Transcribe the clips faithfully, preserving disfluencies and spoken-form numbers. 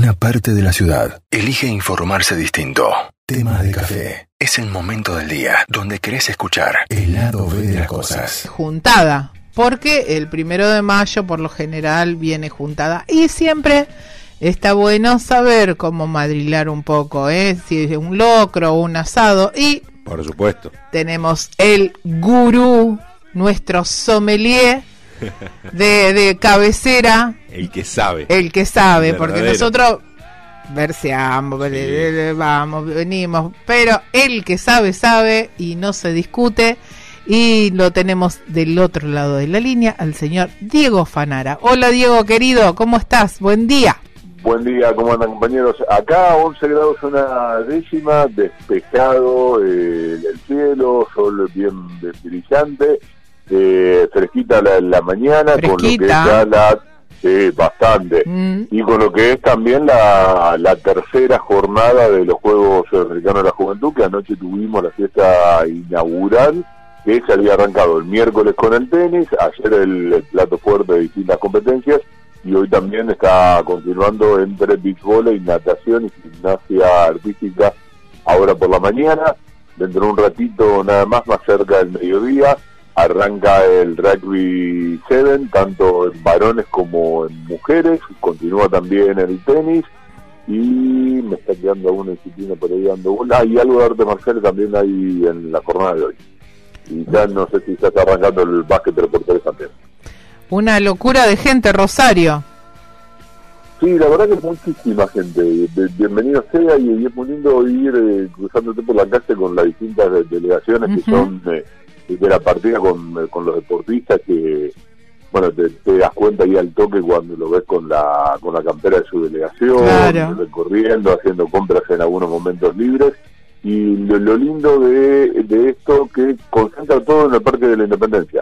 una parte de la ciudad elige informarse distinto. Temas de café. Es el momento del día donde querés escuchar el lado B de las cosas. Juntada, porque el primero de mayo por lo general viene juntada. Y siempre está bueno saber cómo madrilar un poco, ¿eh? Si es un locro o un asado. Y por supuesto tenemos el gurú, nuestro sommelier de, de cabecera. El que sabe. El que sabe, el porque verdadero. nosotros verseamos, sí. vamos, venimos, pero el que sabe, sabe y no se discute. Y lo tenemos del otro lado de la línea, al señor Diego Fanara. Hola Diego, querido, ¿cómo estás? Buen día. Buen día, ¿cómo andan, compañeros? Acá once grados una décima, despejado eh, el cielo, sol bien brillante, eh, fresquita la, la mañana, Fresquita. Con lo que es ya la... Sí, bastante. Mm. Y con lo que es también la, la tercera jornada de los Juegos Sudamericanos de la Juventud, que anoche tuvimos la fiesta inaugural, que se había arrancado el miércoles con el tenis, ayer el, el plato fuerte de distintas competencias, y hoy también está continuando entre beach volley, natación y gimnasia artística ahora por la mañana. Dentro de un ratito nada más, más cerca del mediodía, arranca el rugby siete, tanto en varones como en mujeres. Continúa también el tenis y me está quedando alguna disciplina por ahí dando bola. Ah, y algo de arte marcial también hay en la jornada de hoy. Y ya no sé si ya está arrancando el básquet de reporteros también. Una locura de gente, Rosario. Sí, la verdad que muchísima gente. Bienvenido sea, y es muy lindo ir eh, cruzándote por la calle con las distintas delegaciones uh-huh. que son eh, de la partida con, con los deportistas, que bueno, te, te das cuenta ahí al toque cuando lo ves con la con la campera de su delegación, claro. recorriendo, haciendo compras en algunos momentos libres. Y lo, lo lindo de, de esto, que concentra todo en el Parque de la Independencia.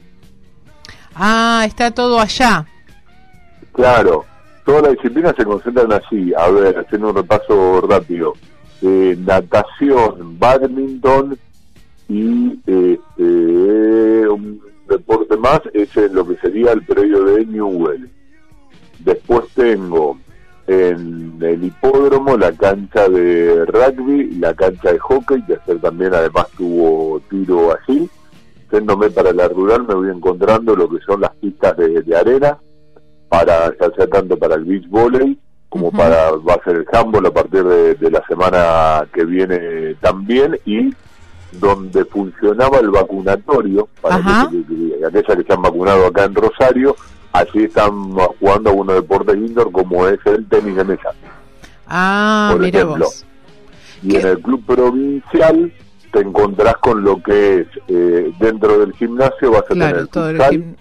Ah, está todo allá. Claro, todas las disciplinas se concentran allí. A ver, haciendo un repaso rápido. Eh, natación, badminton y este, un deporte más es en lo que sería el predio de Newell. Después tengo en el hipódromo la cancha de rugby, la cancha de hockey, que ayer también además tuvo tiro allí. Yéndome para la rural me voy encontrando lo que son las pistas de, de arena, para ya sea tanto para el beach volley como uh-huh. para va a ser el handball a partir de, de la semana que viene también, y donde funcionaba el vacunatorio para uh-huh. que, que, que, aquellas que se han vacunado acá en Rosario, allí están jugando algunos deportes indoor como es el tenis de mesa. Ah, por mira ejemplo. Vos. Y ¿Qué? En el club provincial te encontrás con lo que es eh, dentro del gimnasio vas a claro, tener el futsal, el,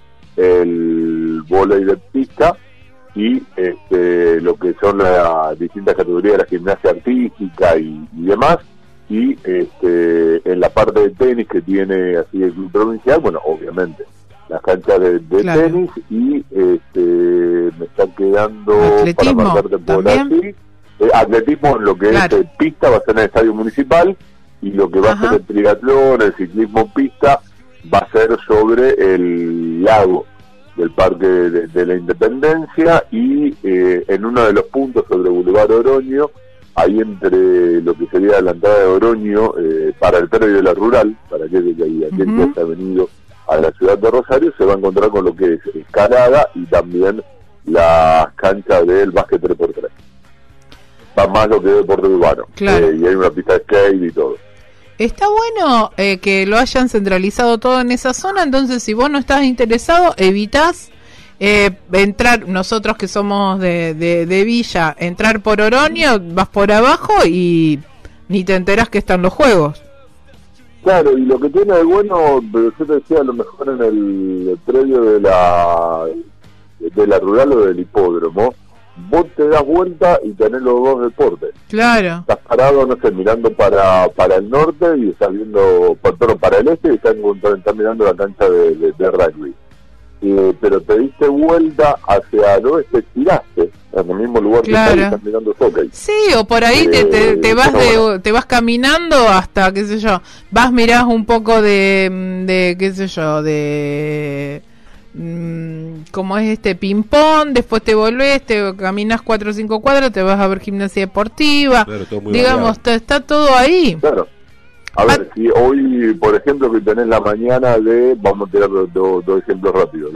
el vóley de pista y este, lo que son las distintas categorías de la gimnasia artística y, y demás. Y este, en la parte de tenis que tiene así el club provincial, bueno, obviamente las canchas de, de claro. tenis y este, me está quedando atletismo, para marcarte por así eh, atletismo en lo que claro. es eh, pista va a ser en el estadio municipal, y lo que va Ajá. a ser el triatlón, el ciclismo pista va a ser sobre el lago del Parque de, de la Independencia, y eh, en uno de los puntos sobre Boulevard Oroño, ahí entre lo que sería la entrada de Oroño eh, para el predio de la rural, para aquel que, aquel uh-huh. que ha venido a la ciudad de Rosario, se va a encontrar con lo que es escalada y también las canchas del básquet tres por tres. Va más lo que es deporte urbano, claro. eh, y hay una pista de skate y todo. Está bueno eh, que lo hayan centralizado todo en esa zona, entonces si vos no estás interesado, evitás eh, entrar, nosotros que somos de, de, de Villa, entrar por Oroño, vas por abajo y ni te enterás que están los juegos. Claro, y lo que tiene de bueno, pero yo te decía, a lo mejor en el predio de la de la rural o del hipódromo, vos te das vuelta y tenés los dos deportes. Claro. Estás parado, no sé, mirando para para el norte y estás viendo, perdón, para el este y estás, estás mirando la cancha de, de, de rugby. Eh, pero te diste vuelta hacia el oeste, tiraste en el mismo lugar claro. que estás, estás mirando hockey. Sí, o por ahí eh, te, te, te vas de, bueno. te vas caminando hasta, qué sé yo, vas, mirás un poco de, de qué sé yo, de mmm, como es este ping-pong, después te volvés, te caminas cuatro o cinco cuadras, te vas a ver gimnasia deportiva, claro, todo muy digamos, está, está todo ahí. Claro. A ver, si hoy, por ejemplo, que tenés la mañana de, vamos a tirar dos, dos, dos ejemplos rápidos,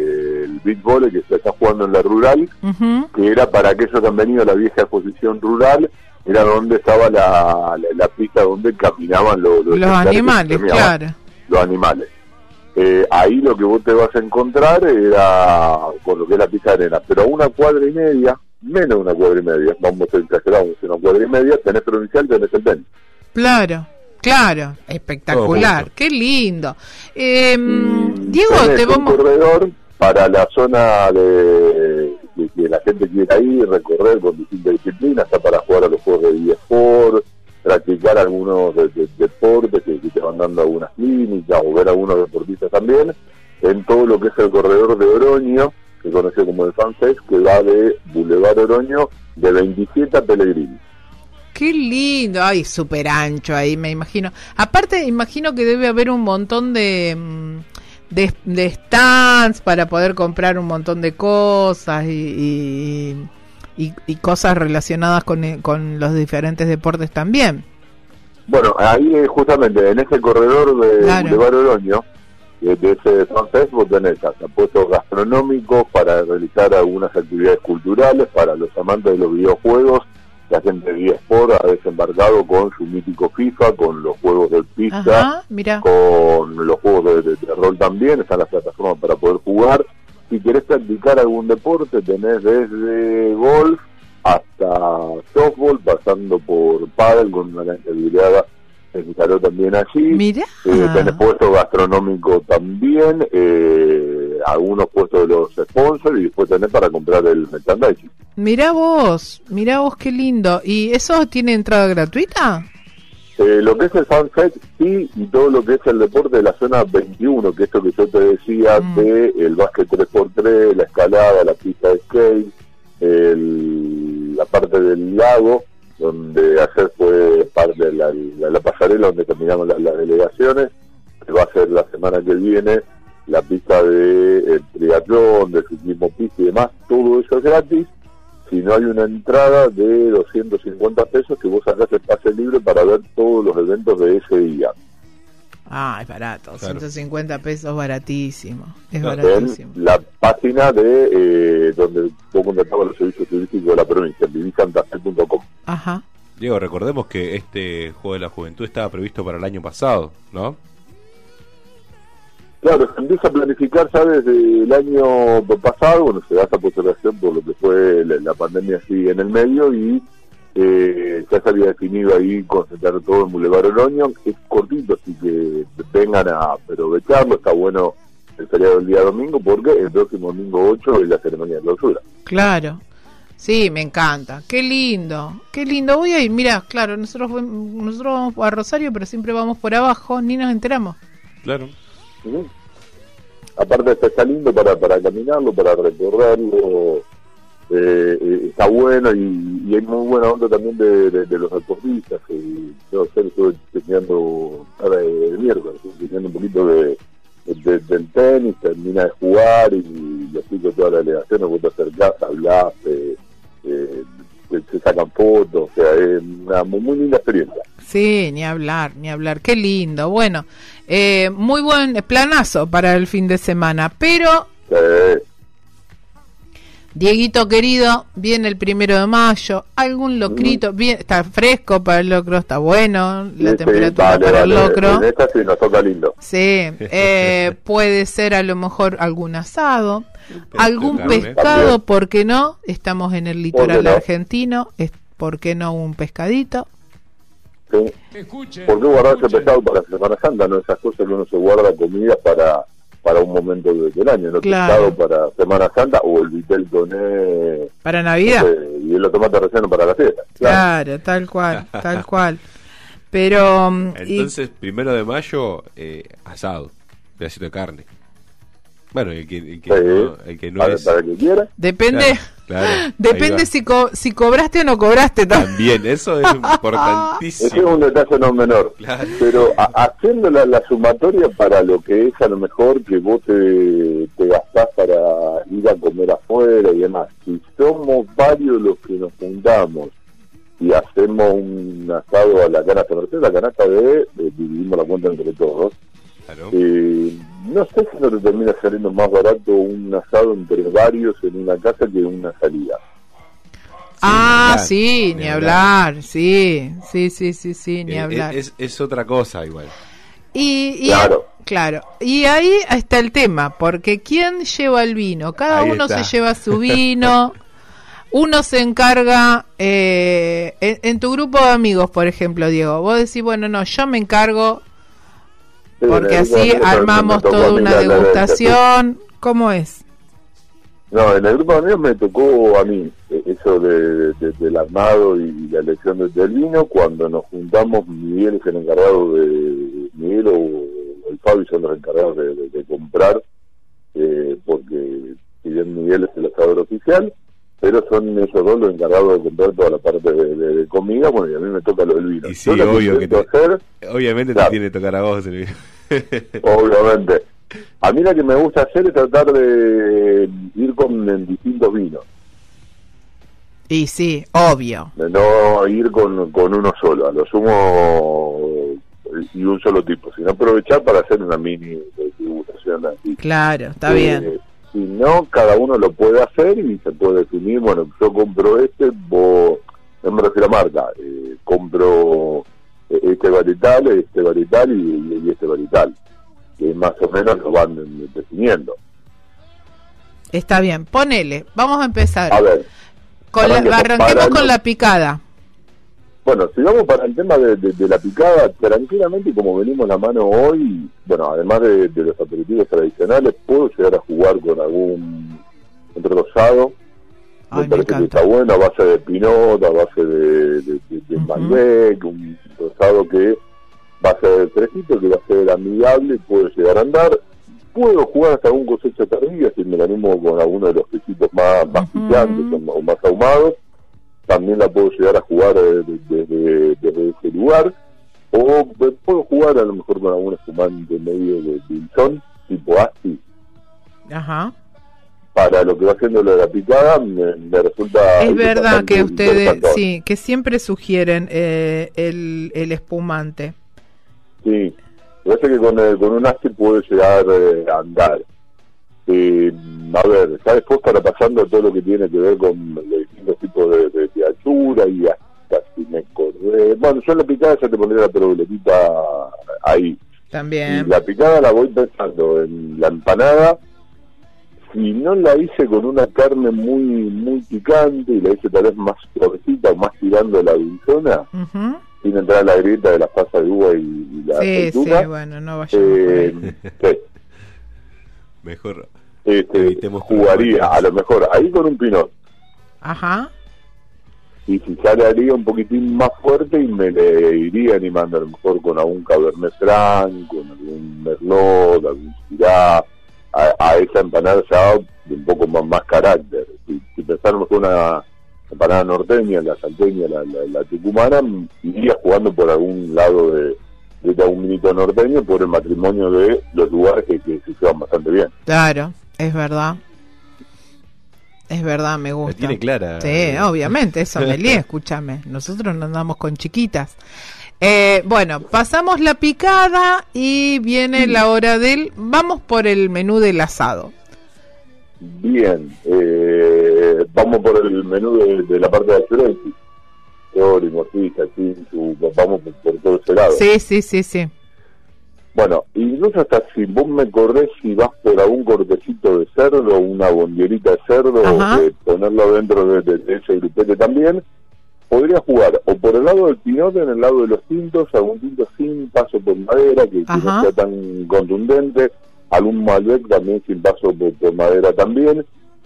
del beach volley que se está jugando en la rural, Uh-huh. que era para aquellos que han venido a la vieja exposición rural, era donde estaba la, la, la pista donde caminaban los, los, Los animales, claro. Los animales. Eh, ahí lo que vos te vas a encontrar era con lo que es la pista de arena, pero a una cuadra y media, menos de una cuadra y media, vamos a exagerar, una cuadra y media, tenés provincial, tenés el tenis. Claro. Claro, espectacular, qué lindo. Eh, Y Diego, tenés te un vamos... corredor para la zona de que, que la gente quiera ir, recorrer con distintas disciplinas, está para jugar a los juegos de eSport, practicar algunos de, de, deportes que, que te van dando algunas clínicas o ver a algunos deportistas también, en todo lo que es el corredor de Oroño, que conoce como el FanFest, que va de Boulevard Oroño de veintisiete a Pellegrini. Qué lindo, ay, súper ancho ahí, me imagino. Aparte, imagino que debe haber un montón de, de, de stands para poder comprar un montón de cosas y, y, y, y cosas relacionadas con, con los diferentes deportes también. Bueno, ahí eh, justamente en ese corredor de Claro. Boulevard Oroño, de, de ese FanFest, vos tenés hasta puestos gastronómicos para realizar algunas actividades culturales, para los amantes de los videojuegos. La gente de eSport ha desembarcado con su mítico FIFA, con los juegos de pista, Ajá, mira. con los juegos de, de, de rol también, están las plataformas para poder jugar. Si querés practicar algún deporte, tenés desde golf hasta softball, pasando por pádel con una cancha vidriada se instaló también allí. Mirá. Eh, tenés puestos gastronómicos también, eh, algunos puestos de los sponsors y después tenés para comprar el merchandising. Mirá vos, mirá vos qué lindo. ¿Y eso tiene entrada gratuita? Eh, lo que es el FanFest, sí, y todo lo que es el deporte de la zona veintiuno, que es lo que yo te decía, Mm. de el básquet tres por tres, la escalada, la pista de skate, el, la parte del lago, donde ayer fue parte de la, la, la pasarela donde terminamos las, las delegaciones, que va a ser la semana que viene, la pista de el triatlón, de ciclismo pista y demás, todo eso es gratis. Si no hay una entrada de doscientos cincuenta pesos que vos sacás el pase libre para ver todos los eventos de ese día. Ah, es barato, Claro. ciento cincuenta pesos, baratísimo. Es En baratísimo. la página de eh, donde vos contratabas los servicios turísticos de la provincia, vivisantafé punto com. Ajá. Diego, recordemos que este Juego de la Juventud estaba previsto para el año pasado, ¿no? Claro, se empieza a planificar ya desde el año pasado, bueno, se da esa postergación por lo que fue la, la pandemia así en el medio y eh, ya se había definido ahí concentrar todo en Boulevard Oroño, es cortito, así que vengan a aprovecharlo, está bueno el feriado del día domingo porque el próximo domingo ocho es la ceremonia de clausura. Claro. Sí, me encanta. Qué lindo. Qué lindo. Voy a ir. Mira, claro, nosotros nosotros vamos a Rosario, pero siempre vamos por abajo, ni nos enteramos. Claro. Ujú. Aparte está, está lindo para, para caminarlo, para recorrerlo, eh, eh, está bueno y, y hay muy buena onda también de, de, de los deportistas. Y yo ayer estuve chequeando, ahora el miércoles, estuve chequeando un poquito de, de- del tenis, termina de jugar y, y así con toda la delegación, nos gusta acercar, hablar, eh, eh, se, se sacan fotos, o sea, es una muy, muy linda experiencia. Sí, ni hablar, ni hablar. Qué lindo. Bueno, eh, muy buen planazo para el fin de semana. Pero, Eh, Dieguito querido, viene el primero de mayo. Algún locrito, bien, está fresco para el locro, está bueno. La sí, temperatura vale, para vale, el locro. en esta sí nos toca lindo. Sí, eh, puede ser a lo mejor algún asado, algún carne. pescado, También. ¿por qué no? Estamos en el litoral no? argentino, es- ¿por qué no un pescadito? ¿Sí? ¿Por qué guardarse pescado para Semana Santa? No, esas cosas que uno se guarda comida para para un momento de- del año, no Claro. pescado para Semana Santa o el vitel toné Para Navidad. eh, y el tomate relleno para la fiesta. Claro. Claro, tal cual, tal cual. Pero, mm, y- Entonces, primero de mayo, eh, asado, pedacito de carne. Bueno, el que, el que Sí. no, el que no para, es... para que quiera. Depende, Claro, claro, depende ahí si, co- si cobraste o no cobraste. tam- También, eso es Ese es importantísimo. un detalle no menor. Claro. Pero a- haciendo la, la sumatoria para lo que es a lo mejor que vos te, te gastás para ir a comer afuera y demás, si somos varios los que nos juntamos y hacemos un asado a la canasta, pero la canasta de, de dividimos la cuenta entre todos, Claro. eh, no sé si no te termina saliendo más barato un asado entre varios en una casa que una salida. Ah, hablar, sí, ni ni hablar. hablar, sí, sí, sí, sí, sí, ni Eh, hablar. Es, es otra cosa igual. Y, y Claro. claro, y ahí está el tema, porque ¿quién lleva el vino? Cada Ahí uno está. se lleva su vino, uno se encarga, eh, en, en tu grupo de amigos, por ejemplo, Diego, vos decís, bueno, no, yo me encargo, Sí, porque en el así grupo de amigos armamos me tocó a toda mí una la- la- la- degustación, ¿cómo es? No, en el grupo de amigos me tocó a mí eh, eso de, de- del armado y la elección de- del vino. Cuando nos juntamos, Miguel es el encargado de... Miguel o el Fabi son los encargados de, de- de comprar, eh, porque si bien Miguel es el asador oficial, pero son ellos dos los encargados de comprar toda la parte de, de- de comida, bueno, y a mí me toca lo del vino. Y sí, Yo lo obvio que intento te- hacer, Obviamente Claro. te tiene que tocar a vos el video. obviamente. A mí lo que me gusta hacer es tratar de ir con en distintos vinos. Y sí, obvio. De no ir con, con uno solo, a lo sumo y un solo tipo, sino aprovechar para hacer una mini degustación así. Claro, está Eh, bien. Si no, cada uno lo puede hacer y se puede definir, bueno, yo compro este, vos, no me refiero a marca, eh, compro eh, este varietal, este varietal y, y este varietal, que más o menos lo van definiendo. Está bien, ponele, vamos a empezar. A ver, Con la- arranquemos. arranquemos Para con los- la picada. Bueno, si vamos para el tema de, de- de la picada, tranquilamente como venimos la mano hoy, bueno, además de, de los aperitivos tradicionales, puedo llegar a jugar con algún rosado. Ay, Me me parece que encanta. está bueno, a base de pinot, a base de, de, de- de Ujú. Malbec, un rosado que va a ser fresquito, que va a ser amigable, puede llegar a andar. Puedo jugar hasta un cosecha tardía, si me la animo con alguno de los quesitos más, más Ujú. picantes o, o más ahumados. También la puedo llegar a jugar eh, desde desde ese lugar. O eh, puedo jugar a lo mejor con algún espumante medio de pinzón, tipo Asti. Ajá. Para lo que va haciendo lo de la picada, me, me resulta... Es verdad bastante que ustedes, interesante. sí, que siempre sugieren eh, el, el espumante. Sí, me parece que con, el- con un Asti puede llegar eh, a andar. Eh, a ver, ya después para pasando a todo lo que tiene que ver con los distintos tipos de, de, de altura y hasta si me acordé... Bueno, yo en la picada ya te pondría la probuletita ahí. Y También. la picada la voy pensando en la empanada. Si no la hice con una carne muy muy picante y la hice tal vez más suavecita o más tirando a la dulzona, Ujú. sin entrar a la grieta de la pasa de uva y, y la Sí, aceituna, sí, bueno, no vayamos por eh, ahí. sí, Mejor. este, Evitemos jugaría problemas. a lo mejor ahí con un pinot. Ajá. Y si sale haría un poquitín más fuerte y me le iría animando a lo mejor con algún Cabernet Franc, con algún Merlot, algún Syrah, a, a esa empanada ya de un poco más, más carácter. Si, si pensáramos que una empanada norteña, la salteña, la, la, la tucumana, iría jugando por algún lado de, de algún minito norteño por el matrimonio de los lugares que, que se llevan bastante bien. Claro, es verdad. Es verdad, me gusta. La tiene clara. Sí, obviamente, eso me líe, escúchame. Nosotros no andamos con chiquitas. Eh, bueno, pasamos la picada y viene la hora del... Vamos por el menú del asado. Bien, eh, vamos por el menú de, de la parte de Firenze. Tori, morcilla, chinchu, vamos por, por todo ese lado. Sí, sí, sí, sí. Bueno, incluso hasta si vos me corres y vas por algún cortecito de cerdo, una bondierita de cerdo, Ajá. eh, ponerlo dentro de, de- de ese grupete también, podría jugar o por el lado del pinote, en el lado de los tintos, algún tinto sin paso por madera, que, que Ajá. no sea tan contundente, algún Malbec también sin paso por, por madera también,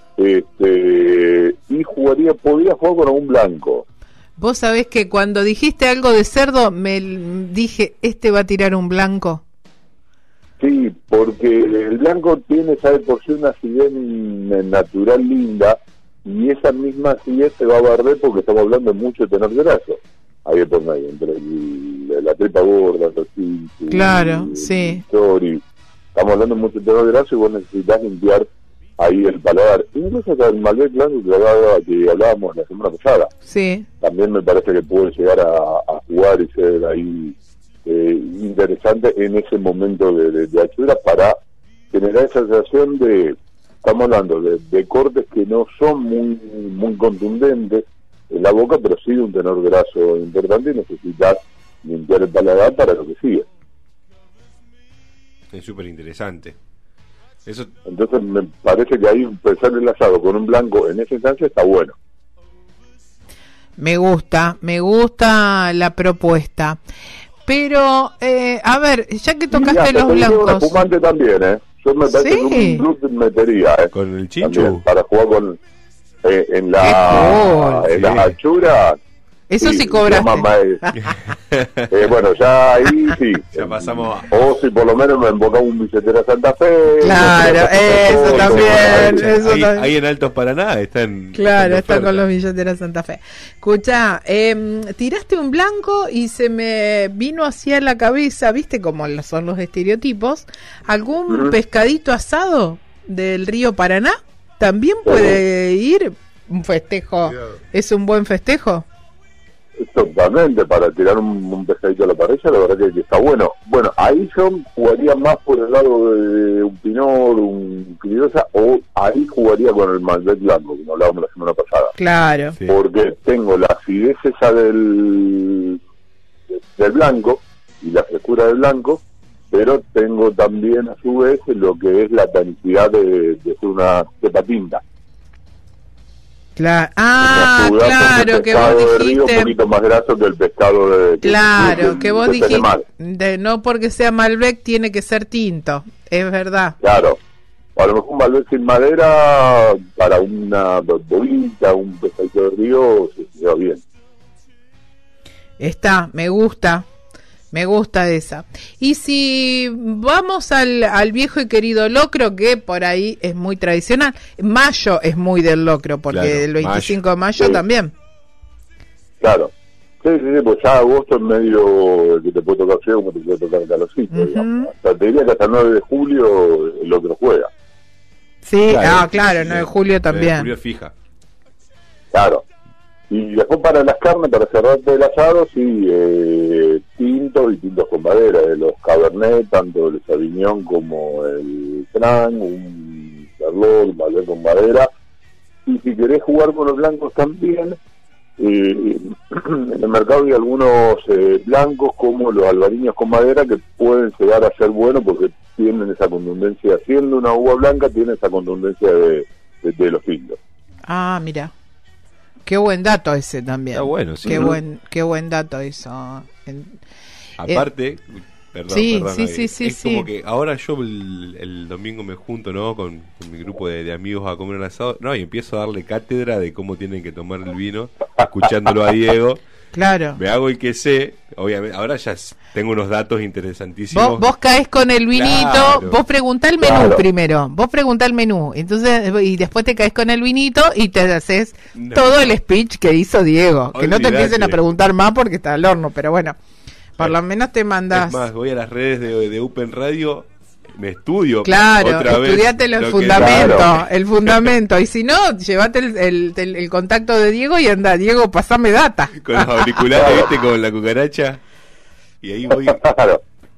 este y jugaría, podría jugar con algún blanco. Vos sabés que cuando dijiste algo de cerdo, me l- dije, este va a tirar un blanco. Sí, porque el blanco tiene, sabe por sí, una acidez natural linda, y esa misma acidez se va a barrer porque estamos hablando de mucho de tener graso. Ahí por medio, entre el, la tripa gorda, el tocino, claro, el, sí. el chori. Estamos hablando mucho de tener graso y vos necesitas limpiar ahí el paladar. Incluso hasta el Malbec blanco que, hablaba, que hablábamos la semana pasada. Sí. También me parece que puede llegar a, a jugar y ser ahí eh, interesante en ese momento de, de, de achura para generar esa sensación de, estamos hablando de, de cortes que no son muy muy contundentes en la boca, pero sí de un tenor graso importante y necesitas limpiar el paladar para lo que sigue. Es súper interesante. Eso... Entonces me parece que ahí pensar el asado con un blanco en esa instancia está bueno. Me gusta, me gusta la propuesta. Pero, eh, a ver, ya que tocaste sí, los blancos... Espumante también, ¿eh? Yo me parece ¿sí? que un plus metería, ¿eh? Con el chinchu. También, para jugar con... Eh, en la en sí. las achuras. Eso sí, sí cobraste. eh, bueno, ya ahí sí. Ya pasamos a... O si por lo menos me embocaba un billetera Santa Fe. Claro, eso todo, también. Todo. Eso ahí, también. ahí en Altos Paraná están... Claro, están con los billeteras Santa Fe. Escucha, eh, tiraste un blanco y se me vino hacia la cabeza, ¿viste cómo son los estereotipos? ¿Algún uh-huh. pescadito asado del río Paraná? ¿También puede uh-huh. ir un festejo? Cuidado. ¿Es un buen festejo? Totalmente, para tirar un, un pescadito a la parrilla, la verdad que, que está bueno. Bueno, ahí yo jugaría más por el lado de un pinot, un criollosa, o ahí jugaría con el Malbec blanco, como hablábamos la semana pasada. Claro. Sí. Porque tengo la acidez esa del, del blanco y la frescura del blanco, pero tengo también a su vez lo que es la tanicidad de, de ser una cepa tinta. Claro, ah, claro, que vos dijiste río, un poquito más graso que el pescado de... Claro, que, que vos que dijiste, de, no porque sea Malbec tiene que ser tinto, es verdad. Claro, a lo mejor un Malbec sin madera para una bobita, un pescadito de río, se lleva bien. Está, me gusta. Me gusta esa. Y si vamos al, al viejo y querido locro, que por ahí es muy tradicional. Mayo es muy del locro, porque claro, el veinticinco mayo. de mayo sí. también. Claro. Sí, sí, sí, pues ya agosto es medio que te puede tocar frío como te puede tocar calorcito, uh-huh. digamos. Hasta te diría que hasta el nueve de julio el locro juega. Sí, claro, ah, claro, el nueve de julio también. nueve de julio fija. Claro. Y después para las carnes, para cerrarte el asado, sí, eh, tintos y tintos con madera, de los Cabernet, tanto el Sauvignon como el Franc, un Merlot, un Malbec con madera. Y si querés jugar con los blancos también, eh, en el mercado hay algunos eh, blancos como los albariños con madera que pueden llegar a ser buenos porque tienen esa contundencia, siendo una uva blanca, tiene esa contundencia de, de, de los tintos. Ah, mira. Qué buen dato ese también. Está bueno, sí. Qué ¿no? buen, qué buen dato eso. En, Aparte, eh, perdón, sí, perdón, sí, ahí. sí, sí, es sí. como que ahora yo el, el domingo me junto, ¿no? Con, con mi grupo de, de amigos a comer un asado, no, y empiezo a darle cátedra de cómo tienen que tomar el vino, escuchándolo a Diego. Claro. Me hago el que sé, obviamente, ahora ya tengo unos datos interesantísimos. Vos, vos caes con el vinito, claro. Vos preguntá el menú claro. primero, vos preguntá el menú, entonces y después te caes con el vinito y te haces no. todo el speech que hizo Diego. Olvidate. Que no te empiecen a preguntar más porque está al horno, pero bueno, por lo menos te mandás. Es más, voy a las redes de, de Open Radio, me estudio. Claro, otra estudiate vez el lo fundamento, claro. el fundamento. Y si no, llevate el, el, el, el contacto de Diego y anda, Diego, pasame data. Con los auriculares, viste, con la cucaracha. Y ahí voy. Claro.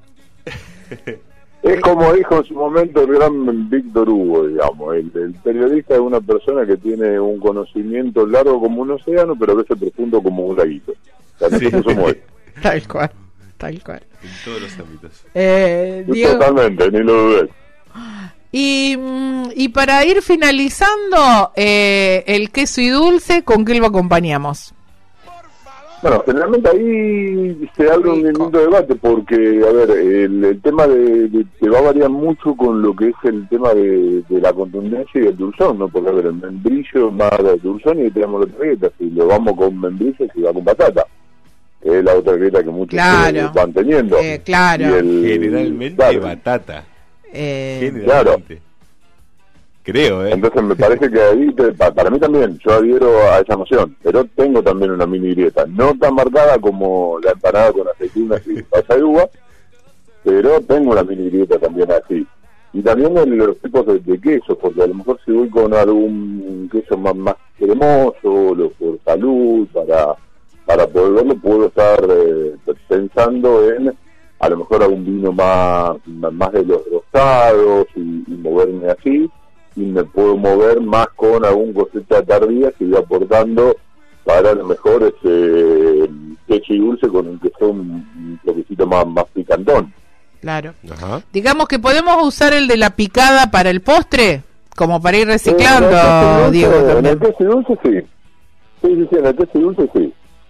Es como dijo en su momento el gran Víctor Hugo, digamos. El, el periodista es una persona que tiene un conocimiento largo como un océano, pero a veces profundo como un laguito. O sea, sí. Tal cual. Tal cual. En todos los ámbitos. Eh, Diego... Totalmente, ni lo dudé. Y, y para ir finalizando, eh, el queso y dulce, ¿con qué lo acompañamos? Bueno, generalmente ahí se abre un lindo debate porque, a ver, el, el tema de, de que va a variar mucho con lo que es el tema de, de la contundencia y el dulzón, ¿no? Porque, a ver, el membrillo más de dulzón y tenemos la otra grieta. Si lo vamos con membrillo, si va con batata. Es la otra grieta que muchos claro. van teniendo. Eh, claro. Y el, Generalmente claro. batata. Eh, Generalmente. Creo, ¿eh? Entonces me parece que ahí, te- pa- para mí también, yo adhiero a esa noción, pero tengo también una mini grieta, no tan marcada como la empanada con aceitunas y pasa de uva, pero tengo una mini grieta también así. Y también en los tipos de, de quesos, porque a lo mejor si voy con algún queso más, más cremoso, lo, por salud, para, para poder verlo, puedo estar eh, pensando en a lo mejor algún vino más, más de los rosados y, y moverme así, y me puedo mover más con algún cosecha tardía que voy aportando para a lo mejor ese queso y dulce con un queso un, un toquecito más, más picantón. claro. Ajá. Digamos que podemos usar el de la picada para el postre, como para ir reciclando, Eh, en el queso Diego, dulce, en también. el queso y dulce sí. Sí, sí, sí, en el queso y dulce sí.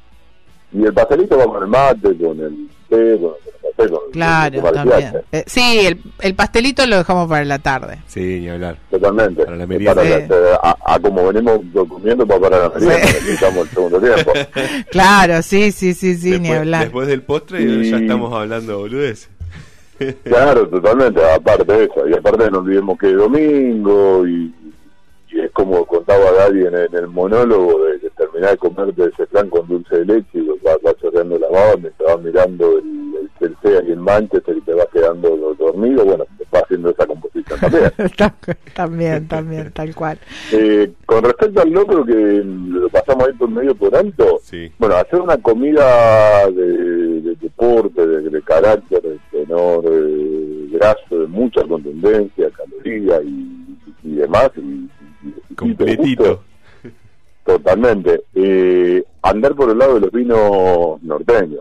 Y el pastelito va con el mate, con el té, con el café, con Claro, con el también. mariachi. Eh, sí, el, el pastelito lo dejamos para la tarde. Sí, ni hablar. Totalmente. Para la merienda. Para Sí. la- a, a como venimos comiendo para parar la merienda, Sí. necesitamos el segundo tiempo. Claro, sí, sí, sí, sí, ni después, hablar. después del postre Y- ya estamos hablando boludez. Claro, totalmente, aparte de eso. Y aparte no olvidemos que es domingo y, y es como contaba Gary en, en el monólogo de, de terminar de comerte ese flan con dulce de leche y vas va chorreando la baba, te vas mirando el, el Chelsea y el Manchester y te vas quedando dormido, bueno, te vas haciendo esa composición también. también, también, tal cual. Eh, con respecto al locro, que lo pasamos ahí por medio por alto, Sí. bueno, hacer una comida de, de deporte, de, de carácter, de tenor, de graso, de mucha contundencia, caloría y, y demás, y, y- y Completito. gusto, totalmente. Eh, andar por el lado de los vinos norteños.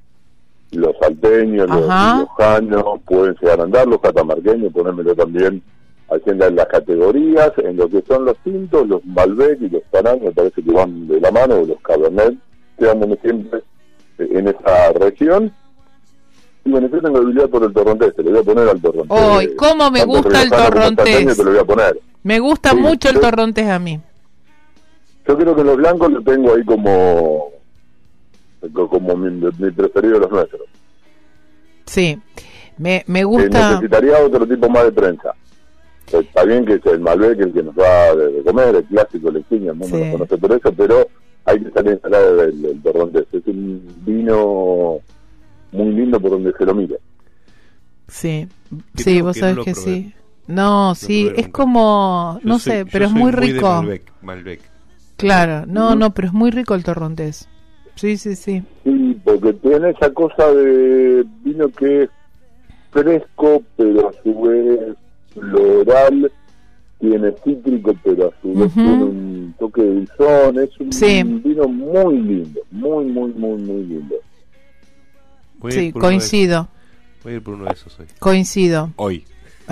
Los salteños, los Ajá. riojanos pueden llegar a andar, los catamarqueños, ponérmelo también haciendo en las categorías, en lo que son los tintos, los Malbec y los Tanán, me parece que van de la mano, o los Cabernet, quedándome siempre eh, en esa región. Y bueno, yo tengo debilidad por el torrontés, te lo voy a poner al torrontés. Uy, cómo me Tanto gusta el riojano como torrontés. salteño Te lo voy a poner. Me gusta Sí, mucho el yo- torrontés a mí. Yo creo que los blancos lo tengo ahí como como mi, mi preferido de los nuestros. Sí, me, me Eh, gusta. necesitaría otro tipo más de prensa. Eh, Está bien que es el Malbec el que nos va de, de comer, el clásico, el Lectiña, el mundo Sí. lo conoce por eso, pero hay que salir a hablar del, del torrontés. Es un vino muy lindo por donde se lo mire. Sí, Creo sí, vos que sabés no lo que probé. sí. No, sí, probé es nunca. como, Yo no soy- sé, yo pero es soy muy de rico. Malbec, Malbec. Claro, no, Ujú. no, pero es muy rico el torrontés. Sí, sí, sí. Sí, porque tiene esa cosa de vino que es fresco, pero a su vez floral, tiene cítrico, pero a su vez Ujú. tiene un toque de dulzón. Es un Sí. vino muy lindo, muy, muy, muy, muy lindo. Voy a ir Sí, por uno de- coincido, Voy a ir por uno de esos hoy. coincido. Hoy.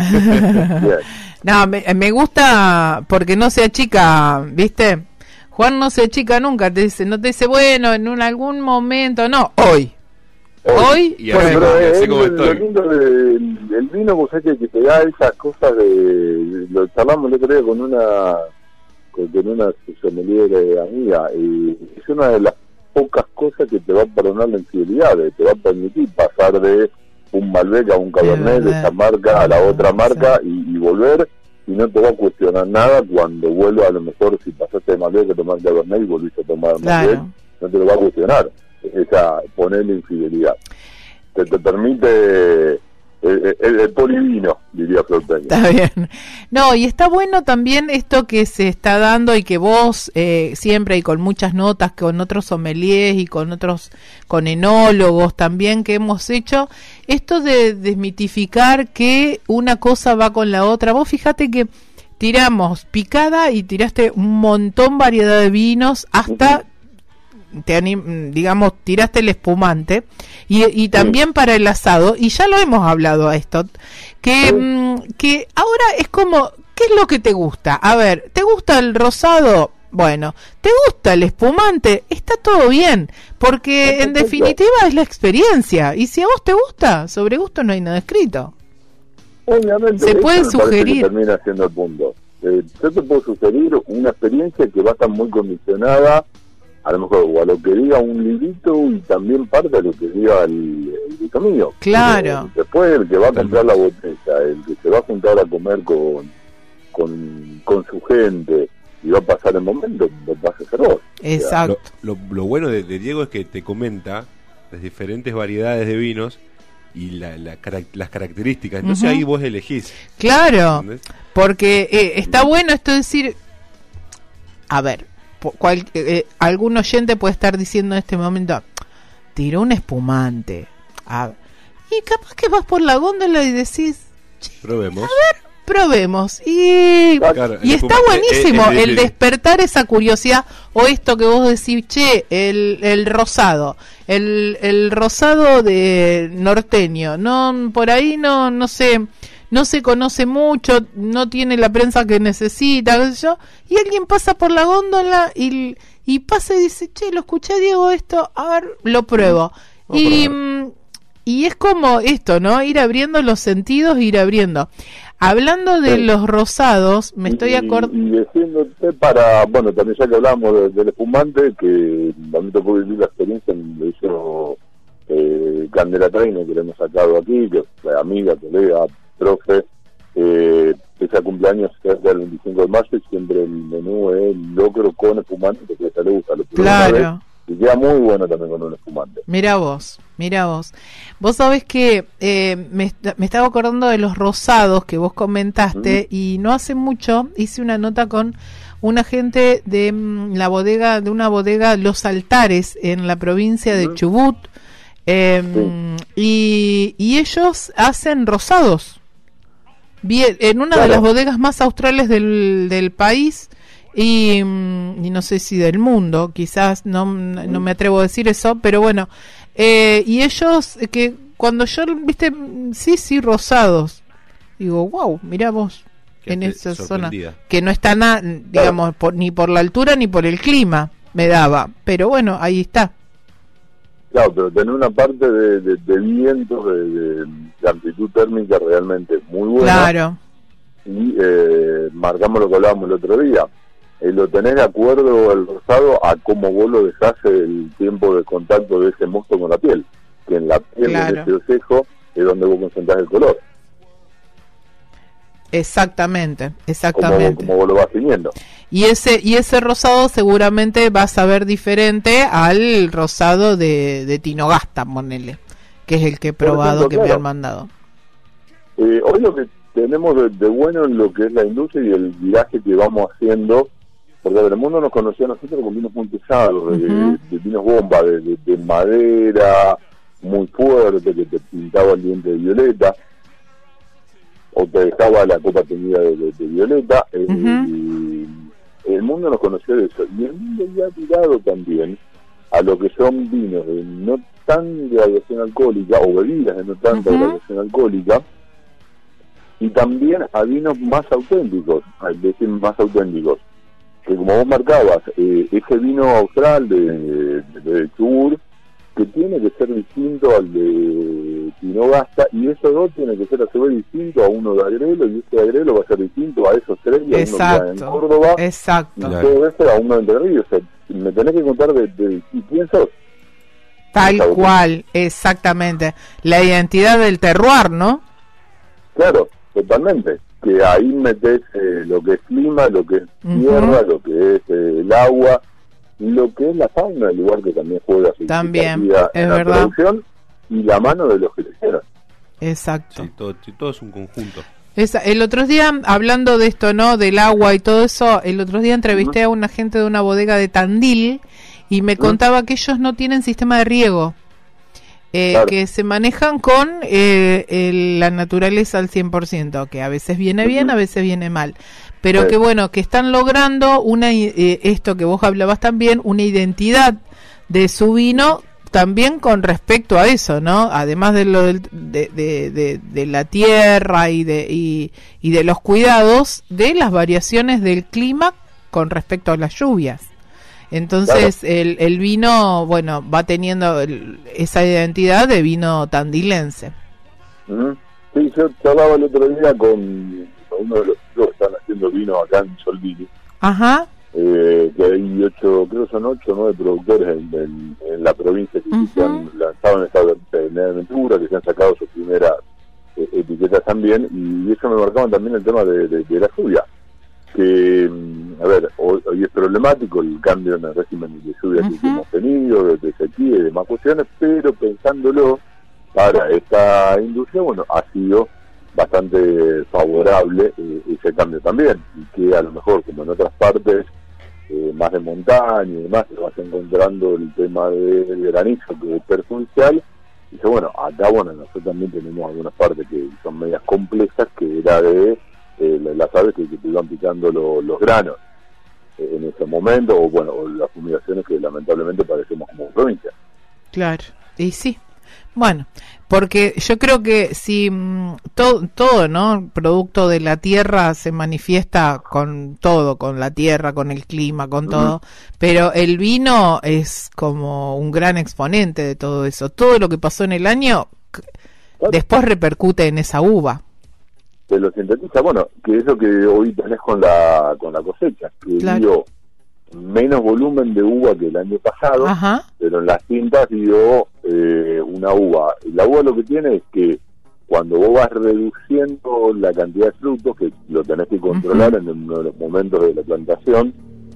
Bien. No, me, me gusta porque no se achica, ¿viste? Juan no se achica nunca, te dice, no te dice, bueno, en un, algún momento, no, hoy. Hoy, Y pues, así, Pero y así es como lo, lo estoy. lindo del del vino, vos sabés que, que te da esas cosas de... Lo charlamos el otro día con una con, con una sommelier amiga, y es una de las pocas cosas que te va a perdonar la infidelidad, de- te va a permitir pasar de un Malbec a un Cabernet, de esa marca a la otra marca, y, y volver, y no te va a cuestionar nada cuando vuelva, a lo mejor si pasaste de Malbec a tomar Cabernet y volviste a tomar Malbec, Claro. no te lo va a cuestionar, esa ponerle infidelidad. Te, te permite el, el, el polivino, diría Flor Peña. Está bien. No, y está bueno también esto que se está dando y que vos eh, siempre y con muchas notas, con otros sommeliers y con otros, con enólogos también que hemos hecho, esto de desmitificar que una cosa va con la otra. Vos fíjate que tiramos picada y tiraste un montón variedad de vinos hasta... Te anim, digamos, tiraste el espumante y, y también para el asado, y ya lo hemos hablado a esto, que, Sí. mm, que ahora es como, ¿qué es lo que te gusta? A ver, ¿te gusta el rosado? Bueno, ¿te gusta el espumante? Está todo bien, porque en Perfecto. definitiva es la experiencia, y si a vos te gusta, sobre gusto no hay nada escrito. Obviamente, Se eso puede me parece que sugerir. termina siendo el punto. Eh, yo te puedo sugerir una experiencia que va a estar muy condicionada, a lo mejor, o a lo que diga un librito y también parte de lo que diga el, el hijo mío. Claro. Pero después el que va a comprar la botella, el que se va a juntar a comer con, con, con su gente y va a pasar el momento, lo vas a hacer vos. Exacto. O sea, lo, lo, lo bueno de, de Diego es que te comenta las diferentes variedades de vinos y la, la, las características. Entonces uh-huh. ahí vos elegís. Claro, ¿entendés? Porque eh, está bueno esto de decir, a ver, cual, eh, algún oyente puede estar diciendo en este momento, tiró un espumante. A ver, y capaz que vas por la góndola y decís, probemos. A ver, probemos. Y, claro, y está buenísimo el, el, el, el despertar esa curiosidad, o esto que vos decís, che, el, el rosado, el, el rosado de norteño, no, por ahí no, no sé, no se conoce mucho, no tiene la prensa que necesita, qué sé yo, y alguien pasa por la góndola y, y pasa y dice, che, lo escuché Diego esto, a ver, lo pruebo. Oh, y, y es como esto, ¿no? Ir abriendo los sentidos, ir abriendo. Hablando de sí. los rosados, me estoy acordando... Y, y diciéndote para, bueno, también ya que hablamos de, del espumante, que a mí tocó vivir la experiencia, me hizo eh, Candela Trainer, que le hemos sacado aquí, que es amiga, colega, profe, eh, ese cumpleaños cerca del veinticinco de mayo y siempre el menú es locro con espumante, porque a ella le gusta. Lo claro. Y queda muy bueno también con un espumante. Mira vos, mira vos. Vos sabés que eh, me, me estaba acordando de los rosados que vos comentaste, ¿Mm? Y no hace mucho hice una nota con una gente de mm, la bodega, de una bodega Los Altares en la provincia de ¿Mm? Chubut, eh, sí. y, y ellos hacen rosados. Bien, en una claro. de las bodegas más australes del, del país. Y, y no sé si del mundo, quizás no, no me atrevo a decir eso, pero bueno, eh, y ellos que cuando yo, viste, sí, sí, rosados, digo, wow, mirá vos, que en esa zona, que no está nada, digamos, por, ni por la altura ni por el clima, me daba, pero bueno, ahí está. Claro, pero tener una parte de, de, de viento, de, de, de amplitud térmica realmente muy buena. Claro. Y eh, marcamos lo que hablábamos el otro día. Eh, lo tenés de acuerdo el rosado a cómo vos lo dejás el tiempo de contacto de ese mosto con la piel, que en la piel claro. de ese osejo es donde vos concentrás el color. Exactamente, exactamente. Como, como vos lo vas tiñendo. Y ese y ese rosado seguramente va a saber diferente al rosado de, de Tinogasta, ponele, que es el que he probado, ejemplo, que claro. me han mandado. Eh, hoy lo que tenemos de, de bueno en lo que es la industria y el viraje que vamos haciendo, porque el mundo nos conocía a nosotros con vinos muy pesados, uh-huh. de, de vinos bomba, de, de, de madera muy fuerte, que te pintaba el diente de violeta, o te dejaba la copa teñida de, de, de violeta. Uh-huh. eh, el mundo nos conoció de eso, y el mundo ya ha tirado también a lo que son vinos de no tan graduación alcohólica, o bebidas de no tanta uh-huh. graduación alcohólica, y también a vinos más auténticos, es decir, más auténticos. Que como vos marcabas, eh, ese vino austral de, de, de Chubut, que tiene que ser distinto al de Tinogasta, y esos dos tienen que ser a su vez distinto a uno de Agrelo, y ese de Agrelo va a ser distinto a esos tres, y a exacto, uno que va en Córdoba, exacto. y todo eso a uno de Entre Ríos. O sea, me tenés que contar de, de, de quién sos. Tal cual, exactamente. La identidad del terroir, ¿no? Claro, totalmente. Que ahí metes eh, lo que es clima, lo que es uh-huh. tierra, lo que es eh, el agua, lo que es la fauna del lugar, que también juega su también es en la verdad. producción, y la mano de los que le hicieron. Exacto. Sí, todo, todo es un conjunto. Esa, el otro día, hablando de esto, ¿no? Del agua y todo eso, el otro día entrevisté uh-huh. a una gente de una bodega de Tandil y me uh-huh. contaba que ellos no tienen sistema de riego. Eh, claro. Que se manejan con eh, el, la naturaleza al cien por ciento, que a veces viene bien, a veces viene mal, pero sí. que bueno, que están logrando una eh, esto que vos hablabas también, una identidad de su vino también con respecto a eso, ¿no? Además de lo del, de, de, de, de la tierra y de y, y de los cuidados de las variaciones del clima con respecto a las lluvias. Entonces claro. el, el vino, bueno, va teniendo el, esa identidad de vino tandilense. Uh-huh. Sí, yo hablaba el otro día con uno de los chicos que están haciendo vino acá en Soldini. Ajá. Eh, que hay ocho, creo que son ocho o nueve productores en, en, en la provincia que uh-huh. se han lanzado en esta, en Buenaventura, que se han sacado sus primeras eh, etiquetas también, y eso me marcaba también el tema de, de, de la lluvia, que, a ver, hoy, hoy es problemático el cambio en el régimen de lluvia uh-huh. que hemos tenido, de, de sequía y demás cuestiones, pero pensándolo para esta industria, bueno, ha sido bastante favorable eh, ese cambio también, y que a lo mejor, como en otras partes eh, más de montaña y demás, te vas encontrando el tema del granizo que es perjudicial. Y dice, bueno, acá, bueno, nosotros también tenemos algunas partes que son medias complejas, que era de eh, las aves que, que te iban picando lo, los granos eh, en ese momento, o bueno, o las fumigaciones que lamentablemente padecemos como provincia. Claro, y sí. Bueno, porque yo creo que si mmm, todo, todo, ¿no? Producto de la tierra se manifiesta con todo, con la tierra, con el clima, con uh-huh. todo, pero el vino es como un gran exponente de todo eso. Todo lo que pasó en el año ¿What? después repercute en esa uva. Se lo sintetiza, bueno, que es lo que hoy tenés con la con la cosecha, que claro. dio menos volumen de uva que el año pasado, Ajá. pero en las tintas dio eh, una uva. La uva lo que tiene es que cuando vos vas reduciendo la cantidad de frutos, que lo tenés que controlar uh-huh. en uno de los momentos de la plantación,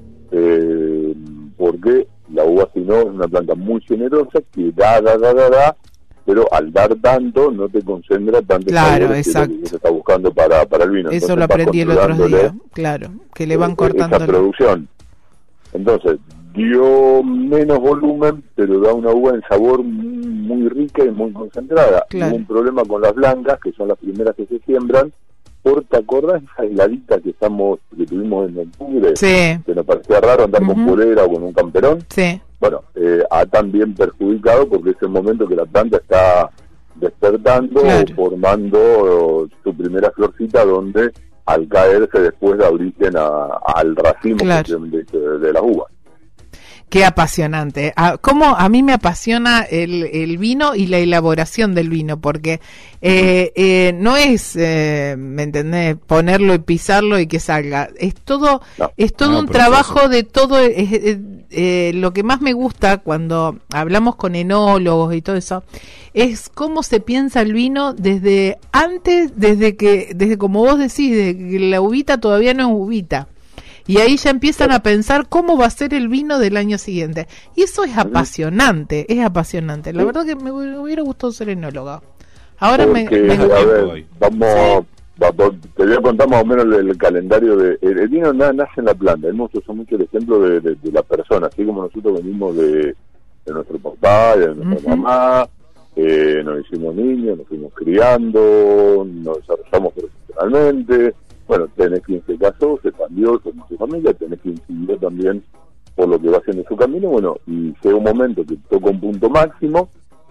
eh, porque la uva, si no, es una planta muy generosa que da, da, da, da, da, pero al dar tanto no te concentra tanto claro, que, que se está buscando para, para el vino. Eso Entonces, lo aprendí el otro día, claro, que le van eh, cortando esa producción. Entonces, dio menos volumen, pero da una uva en sabor muy, muy rica y muy concentrada. Claro. Hubo un problema con las blancas, que son las primeras que se siembran, por, ¿te acordás esa heladita que estamos que tuvimos en octubre? Sí. Que nos parecía raro andar uh-huh. con polera o con un camperón. Sí. Bueno, eh, ha también perjudicado porque es el momento que la planta está despertando, claro. formando su primera florcita, donde al caerse después da origen a, al racimo claro. de, de, de las uvas. Qué apasionante. ¿Cómo a mí me apasiona el, el vino y la elaboración del vino? Porque eh, eh, no es, eh, ¿me entendés? Ponerlo y pisarlo y que salga. Es todo, no, es todo no, un trabajo eso. de todo. Es, es, eh, lo que más me gusta cuando hablamos con enólogos y todo eso es cómo se piensa el vino desde antes, desde que, desde como vos decís, desde que la uvita todavía no es uvita. Y ahí ya empiezan a pensar cómo va a ser el vino del año siguiente. Y eso es apasionante, es apasionante. La verdad que me hubiera gustado ser enóloga. Ahora Porque, me... me... A ver, vamos, ¿Sí? va, te voy a contar más o menos el, el calendario de... El, el vino nada, nace en la planta. Hemos usado mucho el ejemplo de, de, de la persona, así como nosotros venimos de, de nuestro papá, de nuestra uh-huh. mamá, eh, nos hicimos niños, nos fuimos criando, nos desarrollamos profesionalmente... Bueno, tenés quien se casó, se cambió con su familia, tenés quien siguió también por lo que va haciendo su camino, bueno, y llega un momento que toca un punto máximo,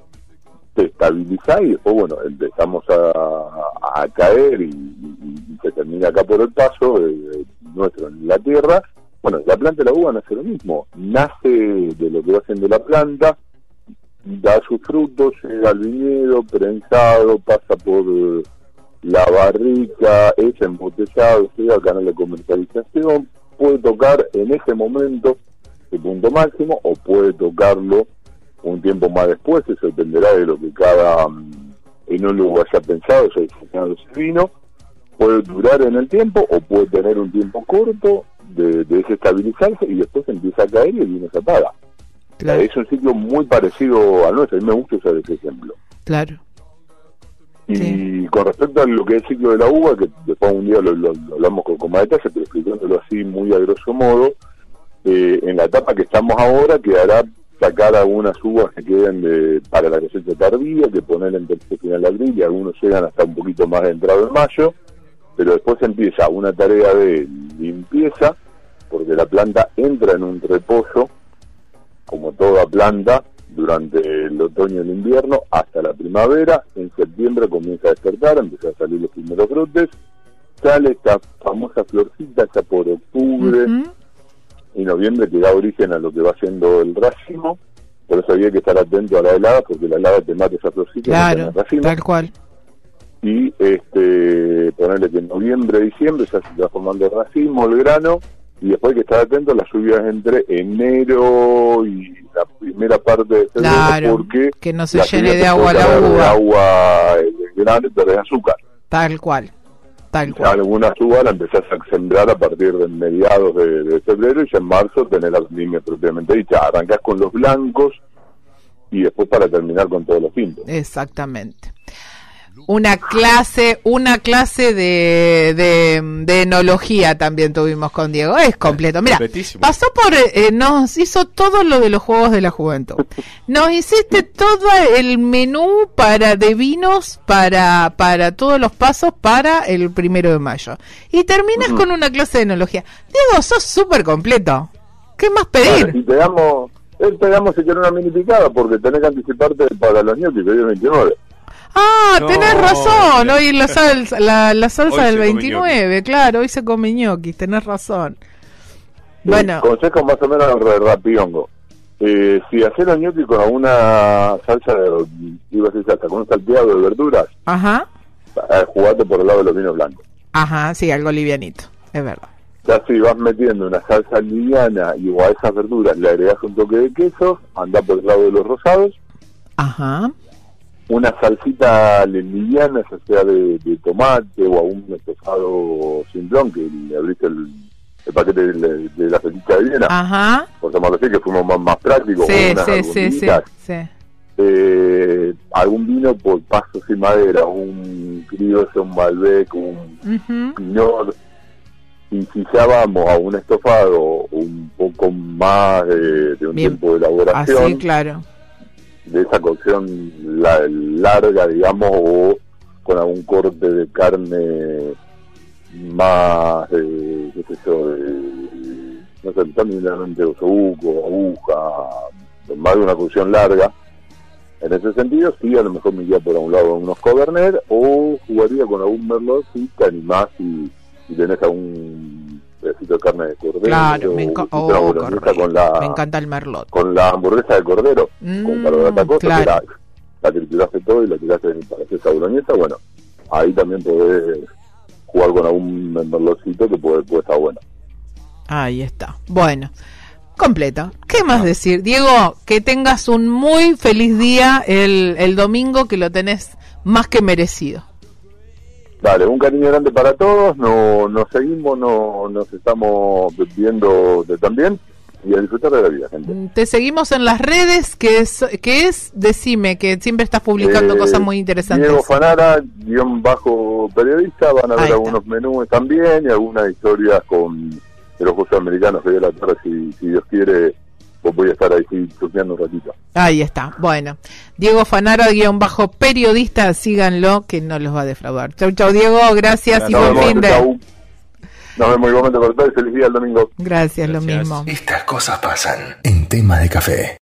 te estabilizás y después, bueno, empezamos a, a caer y, y, y se termina acá por el paso eh, nuestro en la tierra. Bueno, la planta de la uva nace lo mismo, nace de lo que va haciendo la planta, da sus frutos, llega al viñedo, prensado, pasa por... Eh, la barrica, es embotellado, llega al canal de comercialización, puede tocar en ese momento el punto máximo o puede tocarlo un tiempo más después, eso dependerá de lo que cada um, enólogo haya pensado, se ha ese vino, puede durar en el tiempo o puede tener un tiempo corto de, de desestabilizarse y después empieza a caer y el vino se apaga. Claro. Es un ciclo muy parecido al nuestro, a mí me gusta usar ese ejemplo. Claro. Y sí. con respecto a lo que es el ciclo de la uva, que después un día lo, lo, lo hablamos con, con más detalle, pero explicándolo así muy a grosso modo, eh, en la etapa que estamos ahora quedará sacar algunas uvas que queden de, para la cosecha tardía, que poner en tercer final de abril, y algunos llegan hasta un poquito más entrado en mayo, pero después empieza una tarea de limpieza, porque la planta entra en un reposo, como toda planta, durante el otoño y el invierno hasta la primavera. En septiembre comienza a despertar, empiezan a salir los primeros brotes, sale esta famosa florcita ya por octubre uh-huh. y noviembre, que da origen a lo que va siendo el racimo. Por eso había que estar atento a la helada, porque la helada te mata esa florcita. Claro, no tal cual. Y este ponerle que en noviembre, diciembre ya se va formando el racimo, el grano, y después hay que estar atento a las lluvias entre enero y la primera parte de febrero, claro, porque que no se la llene lluvia de te agua puede la cargar de uva. agua el grano y de azúcar. Tal cual, tal Ya cual. algunas uvas la empezás a sembrar a partir de mediados de, de febrero y ya en marzo tenés la vendimia propiamente dicha. Arrancás con los blancos y después para terminar con todos los tintos. Exactamente. Una clase, una clase de, de, de enología también tuvimos con Diego. Es completo. Mira, Completísimo. pasó por, eh, nos hizo todo lo de los Juegos de la Juventud. Nos hiciste todo el menú para de vinos para para todos los pasos para el primero de mayo. Y terminas Ujú. con una clase de enología. Diego, sos súper completo. ¿Qué más pedir? Claro, y te damos, eh, te damos si querés una mini picada porque tenés que anticiparte para los ñoquis que hoy es veintinueve. Ah, No, tenés razón, la- hoy la salsa, la, la salsa Hoy del se come veintinueve, claro, hoy se come ñoquis, tenés razón. Bueno, Consejo más o menos re rapiongo. Eh, si haces los ñoquis con alguna salsa de, iba a decir salsa, con un salteado de verduras, ajá, eh, jugate por el lado de los vinos blancos. ajá, sí, algo livianito, es verdad. Ya si vas metiendo una salsa liviana y o a esas verduras le agregás un toque de queso, andá por el lado de los rosados, Ajá, una salsita liviana, ya sea de, de tomate o a un estofado simplón, que le abriste el, el paquete de, de la salchicha de Viena, ajá, por llamarlo así, que fuimos más, más prácticos, sí, con unas sí, sí, sí, albondiguitas. sí. Eh, algún vino por pasos y madera, un criollo, un Malbec, un Ujú. Pinot, y si ya vamos a un estofado un poco más de, de un Bien. tiempo de elaboración, Así, claro. de esa cocción la- larga, digamos, o con algún corte de carne más, eh, qué sé yo, de, no sé, también de osobuco, aguja, más de una cocción larga. En ese sentido, sí, a lo mejor me iría por un lado unos Cabernet o jugaría con algún Merlot si te animás y, y tenés algún pedacito de carne de cordero. Claro, me, o enca- hiciste oh, una boloñesa qué rico. con la, Me encanta el merlot. con la hamburguesa de cordero, Mm, con para la cosa, claro. que la, la trituraste todo y la tiraste para hacer esa boloñesa. Bueno, ahí también podés jugar con algún merlotcito que puede, puede estar bueno. Ahí está. Bueno, completo. ¿Qué más decir? Diego, que tengas un muy feliz día el, el domingo, que lo tenés más que merecido. Dale, un cariño grande para todos, no, nos seguimos, no, nos estamos viendo de también y a disfrutar de la vida, gente. Te seguimos en las redes, que es, que es decime, que siempre estás publicando Eh, cosas muy interesantes. Diego Fanara, guión bajo periodista, van a ver Ahí está. algunos menús también y algunas historias con de los Juegos Americanos que hoy a la tarde, si, si Dios quiere, pues voy a estar ahí sí, chusmeando un ratito. Ahí está. Bueno, Diego Fanara, guión bajo periodista, síganlo, que no los va a defraudar. Chau, chau, Diego, gracias y Nos buen vemos, fin de... chau. Nos vemos igualmente por todo y feliz día el domingo. Gracias, lo Gracias. mismo. Estas cosas pasan en Tema de Café.